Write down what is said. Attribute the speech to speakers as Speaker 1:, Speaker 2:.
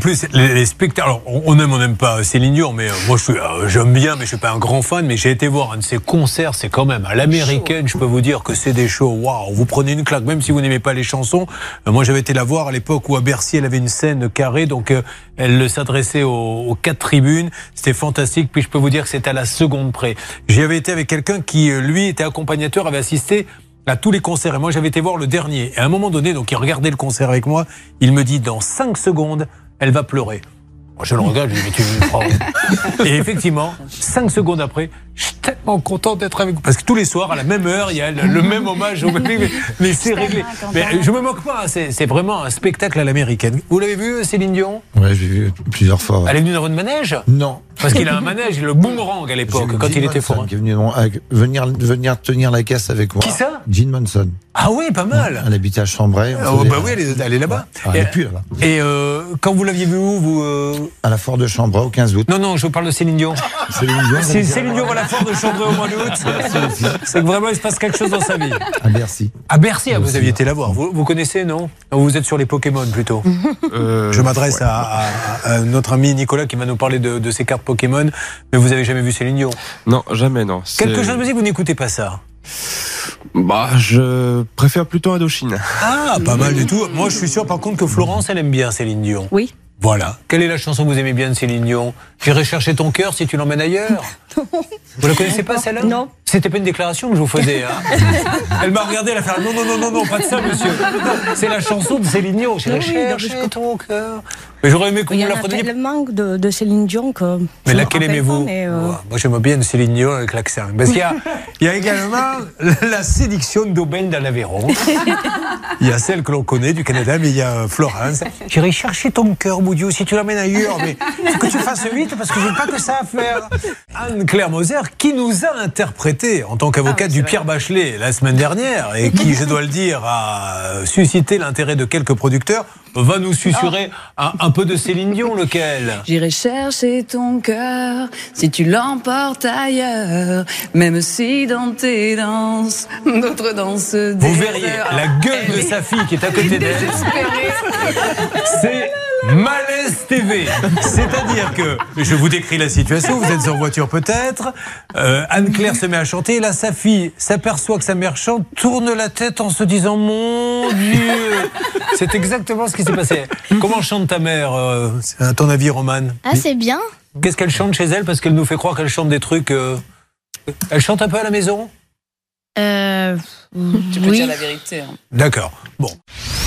Speaker 1: plus, les spectacles. Alors, on aime, on n'aime pas Céline Dion, mais moi, j'aime bien, mais je suis pas un grand fan. Mais j'ai été voir un de ses concerts, c'est quand même à l'américaine. Je peux vous dire que c'est des shows. Waouh, vous prenez une claque, même si vous n'aimez pas les chansons. Moi, j'avais été la voir à l'époque où à Bercy, elle avait une scène carrée, donc elle s'adressait aux 4 tribunes. C'était fantastique. Puis je peux vous dire que c'était à la seconde près. J'y avais été avec quelqu'un qui, lui, était accompagnateur, avait assisté à tous les concerts. Et moi, j'avais été voir le dernier. Et à un moment donné, donc il regardait le concert avec moi. Il me dit, dans 5 secondes, elle va pleurer. Moi, je le regarde, je lui dis, mais tu me prends. Et effectivement, 5 secondes après, je suis tellement content d'être avec vous. Parce que tous les soirs, à la même heure, il y a le même hommage au même. Mais c'est réglé. Mais je me moque pas, c'est vraiment un spectacle à l'américaine. Vous l'avez vu, Céline Dion ?
Speaker 2: Ouais, j'ai vu plusieurs fois. Ouais.
Speaker 1: Elle est venue dans votre manège ?
Speaker 2: Non.
Speaker 1: Parce qu'il a un manège, le boomerang à l'époque, quand il était fort.
Speaker 2: Qui est venu venir tenir la caisse avec moi.
Speaker 1: Qui ça ?
Speaker 2: Jean Monson.
Speaker 1: Ah oui, pas mal.
Speaker 2: Elle habitait à Chambray.
Speaker 1: Bah oui, elle est là-bas.
Speaker 2: Elle n'est plus là-bas.
Speaker 1: Et quand vous l'aviez vu où vous
Speaker 2: À la Foire de Chambray, au 15 août.
Speaker 1: Non, je parle de Céline Dion. Si Céline Dion à la Foire de Chambray au mois d'août, c'est que vraiment il se passe quelque chose dans sa vie.
Speaker 2: À Bercy.
Speaker 1: À Bercy, vous aviez été la voir. Vous connaissez, non ? Vous êtes sur les Pokémon plutôt. Je m'adresse à notre ami Nicolas qui va nous parler de ses cartes Pokémon. Mais vous avez jamais vu Céline Dion ?
Speaker 3: Non, jamais, non.
Speaker 1: Quelque chose me dit que vous n'écoutez pas ça.
Speaker 3: Bah, je préfère plutôt Indochine.
Speaker 1: Ah, pas mal du tout. Moi, je suis sûr par contre que Florence, elle aime bien Céline Dion.
Speaker 4: Oui.
Speaker 1: Voilà. Quelle est la chanson que vous aimez bien de Céline Dion ? J'irai chercher ton cœur si tu l'emmènes ailleurs. Vous la connaissez pas celle-là ?
Speaker 4: Non.
Speaker 1: C'était pas une déclaration que je vous faisais. Hein. Elle m'a regardé, elle a fait non, pas de ça, monsieur. C'est la chanson de Céline Dion. J'irai chercher ton cœur. Mais j'aurais aimé que vous la preniez.
Speaker 4: Il y a tellement de Céline Dion que.
Speaker 1: Mais laquelle aimez-vous ? Moi, j'aime bien Céline Dion avec l'accent. Parce qu'il y a également la séduction d'Aubaine dans l'Aveyron. Il y a celle que l'on connaît du Canada, mais il y a Florence. J'irai chercher ton cœur, Boudiou, si tu l'emmènes ailleurs. Mais il faut que tu fasses vite parce que j'ai pas que ça à faire. Anne-Claire Moser, qui nous a interprété en tant qu'avocate du Pierre Bachelet la semaine dernière, et qui, je dois le dire, a suscité l'intérêt de quelques producteurs, va nous susurrer un peu de Céline Dion, lequel ?
Speaker 5: J'irai chercher ton cœur si tu l'emportes ailleurs, même si dans tes danses, d'autres danses.
Speaker 1: Vous verriez la gueule de sa fille qui est à côté d'elle. C'est Malaise TV. C'est-à-dire que, je vous décris la situation, vous êtes en voiture peut-être, Anne-Claire se met à chanter, et là sa fille s'aperçoit que sa mère chante, tourne la tête en se disant « Mon Dieu !» C'est exactement ce qui s'est passé. Comment chante ta mère, à ton avis, Romane ?
Speaker 6: Ah, c'est bien.
Speaker 1: Qu'est-ce qu'elle chante chez elle ? Parce qu'elle nous fait croire qu'elle chante des trucs... Elle chante un peu à la maison ?
Speaker 5: Tu peux dire la vérité. Hein.
Speaker 1: D'accord. Bon.